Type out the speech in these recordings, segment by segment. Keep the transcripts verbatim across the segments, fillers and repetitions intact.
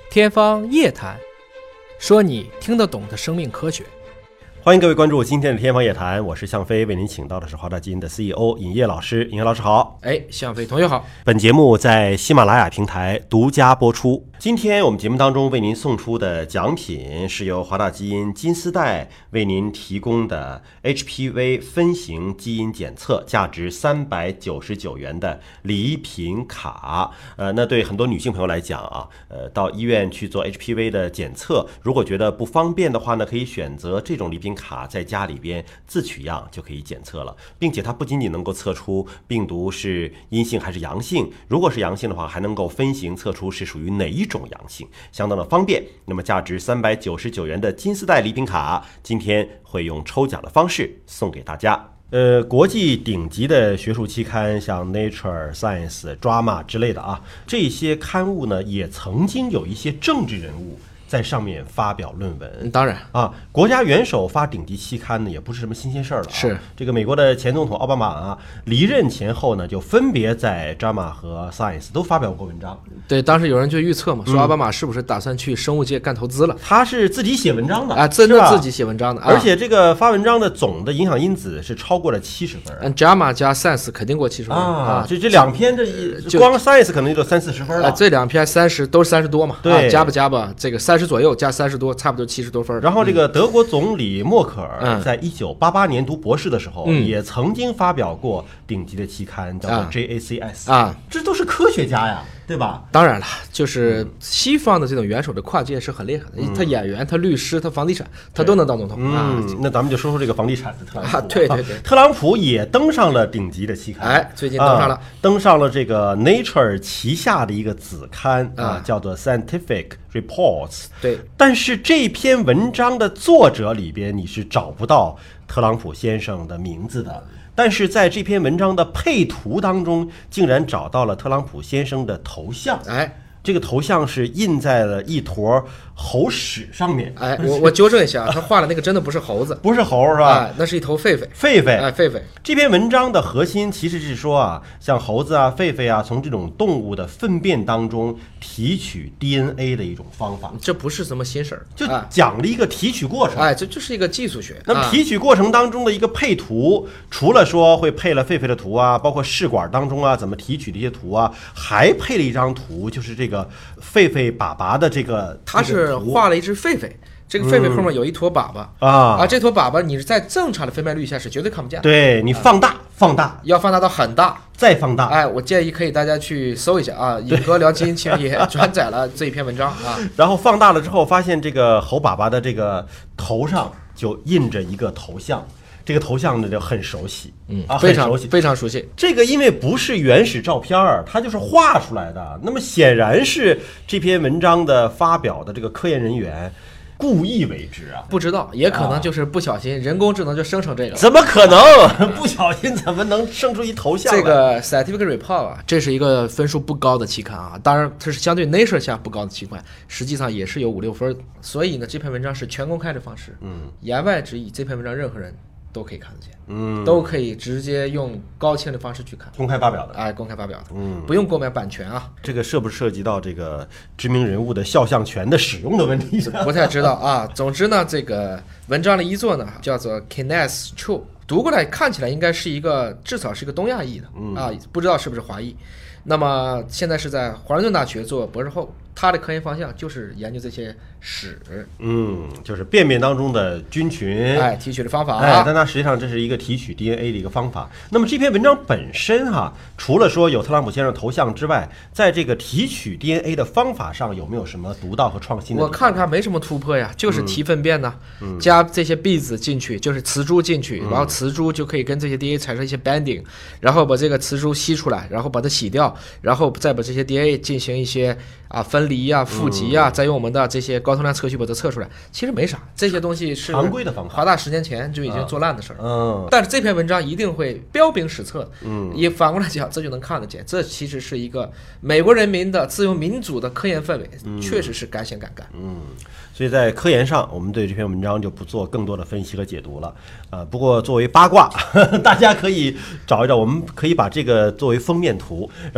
天方夜谭，说你听得懂的生命科学。 欢迎各位关注今天的天方夜谭，我是向飞，为您请到的是华大基因的 C E O 尹烨老师。尹烨老师好。 哎，向飞同学好。 本节目在喜马拉雅平台独家播出。今天我们节目当中为您送出的奖品是由华大基因金丝带为您提供的 H P V 分型基因检测，价值三百九十九元的礼品卡。呃，那对很多女性朋友来讲啊，呃，到医院去做 H P V 的检测，如果觉得不方便的话呢，可以选择这种礼品卡，在家里边自取样就可以检测了，并且它不仅仅能够测出病毒是阴性还是阳性，如果是阳性的话，还能够分型测出是属于哪一种阳性，相当的方便。那么价值三百九十九元的金丝带礼品卡，今天会用抽奖的方式送给大家。呃，国际顶级的学术期刊，像 Nature、Science、Drama 之类的啊，这些刊物呢，也曾经有一些政治人物在上面发表论文。 当然啊，国家元首发顶级期刊呢，也不是什么新鲜事儿了、啊。 是这个美国的前总统奥巴马啊，离任前后呢，就分别在 JAMA 和 Science 都发表过文章。 对，当时有人就预测嘛，说奥巴马是不是打算去生物界干投资了？ 他是自己写文章的啊，真的自己写文章的，啊、 而且这个发文章的总的影响因子是超过了七十分。 嗯 ，JAMA 加 Science 肯定过七十分啊，这这两篇这光 Science 可能就三四十分了。 啊，这两篇三十都是三十多嘛， 对， 啊、加不加吧？这个三十左右加三十多，差不多七十多分。 然后这个德国总理默克尔嗯在一九八八年读博士的时候， 嗯、 也曾经发表过顶级的期刊，叫做 J A C S 啊， 这都是科学家呀。对吧？ 当然了，就是西方的这种元首的跨界是很厉害的，嗯、他演员、他律师、他房地产，他都能当总统、 嗯、 啊。 那咱们就说说这个房地产的特朗普啊，对对对， 特朗普也登上了顶级的期刊， 哎，最近登上了， 啊、登上了这个 Nature 旗下的一个子刊啊， 啊叫做 Scientific Reports。 对， 但是这篇文章的作者里边，你是找不到特朗普先生的名字的。但是在这篇文章的配图当中，竟然找到了特朗普先生的头像。 哎， 这个头像是印在了一坨猴屎上面。 哎，我我纠正一下，他画的那个真的不是猴子， 不是猴是吧？ 哎，那是一头狒狒。 狒狒， 哎，狒狒。 这篇文章的核心其实是说啊，像猴子啊、狒狒啊，从这种动物的粪便当中提取 D N A 的一种方法。 这不是什么新事儿， 就讲了一个提取过程。 哎，这就是一个技术学。 那么提取过程当中的一个配图，啊、除了说会配了狒狒的图啊，包括试管当中啊怎么提取的一些图啊，还配了一张图，就是这个狒狒粑粑的这个。 他是画了一只狒狒。这个狒狒后面有一坨粑粑、 嗯、啊啊！这坨粑粑你是在正常的分辨率下是绝对看不见的。 对，你放大、啊、放大， 要放大到很大， 再放大。 哎，我建议可以大家去搜一下啊，尹哥聊基因企业也转载了这一篇文章啊。 然后放大了之后，发现这个猴粑粑的这个头上就印着一个头像。这个头像呢就很熟悉， 嗯啊， 非常很熟悉， 非常熟悉。 这个因为不是原始照片儿，它就是画出来的。那么显然是这篇文章的发表的这个科研人员故意为之啊， 不知道，也可能就是不小心，啊、人工智能就生成这个了。 怎么可能？不小心怎么能生出一头像来？ 这个 Scientific Report 啊，这是一个分数不高的期刊啊，当然它是相对 Nature 下不高的期刊，实际上也是有五六分。所以呢，这篇文章是全公开的方式， 嗯， 言外之意，这篇文章任何人都可以看得见， 嗯， 都可以直接用高清的方式去看， 公开发表的， 哎，公开发表的， 嗯， 不用购买版权啊。 这个涉不涉及到这个知名人物的肖像权的使用的问题？ 不太知道啊。总之呢，这个文章的译作呢叫做 Kenneth Chu， 读过来看起来应该是一个至少是一个东亚裔的、嗯、啊，不知道是不是华裔。那么现在是在华盛顿大学做博士后，他的科研方向就是研究这些屎， 嗯，就是便便当中的菌群， 哎，提取的方法， 哎，但它实际上这是一个提取 D N A 的一个方法。那么这篇文章本身哈，除了说有特朗普先生头像之外，在这个提取 D N A 的方法上有没有什么独到和创新的？ 我看看没什么突破呀，就是提粪便呢、嗯，加这些 beads 进去，就是雌株进去，然后雌株就可以跟这些 D N A 产生一些 binding， 然后把这个雌株吸出来，然后把它洗掉。然后再把这些 D N A 进行一些啊分离啊、负极啊，再用我们的这些高通量测序把它测出来，其实没啥，这些东西是常规的方法。 华大十年前就已经做烂的事儿。 嗯， 但是这篇文章一定会标兵史册。 嗯， 也反过来讲，这就能看得见，这其实是一个美国人民的自由民主的科研氛围，确实是敢想敢干。 嗯，所以在科研上，我们对这篇文章就不做更多的分析和解读了。啊、呃，不过作为八卦，呵呵大家可以找一找，我们可以把这个作为封面图，然后。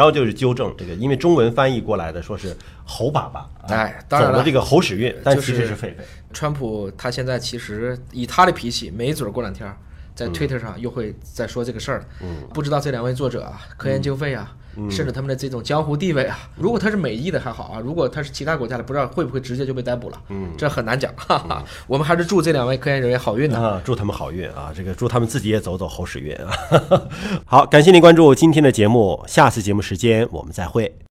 然后就是纠正这个，因为中文翻译过来的说是侯爸爸， 哎，当然了， 走了这个侯屎运，但其实是狒狒。 川普他现在其实以他的脾气，没准过两天在 Twitter 上又会再说这个事儿。嗯，不知道这两位作者啊，科研经费啊。嗯、甚至他们的这种江湖地位啊，如果他是美裔的还好啊，如果他是其他国家的，不知道会不会直接就被逮捕了。嗯，这很难讲。哈哈，我们还是祝这两位科研人员好运呢、 啊，祝他们好运啊！这个祝他们自己也走走猴屎运啊！好，感谢您关注今天的节目，下次节目时间我们再会。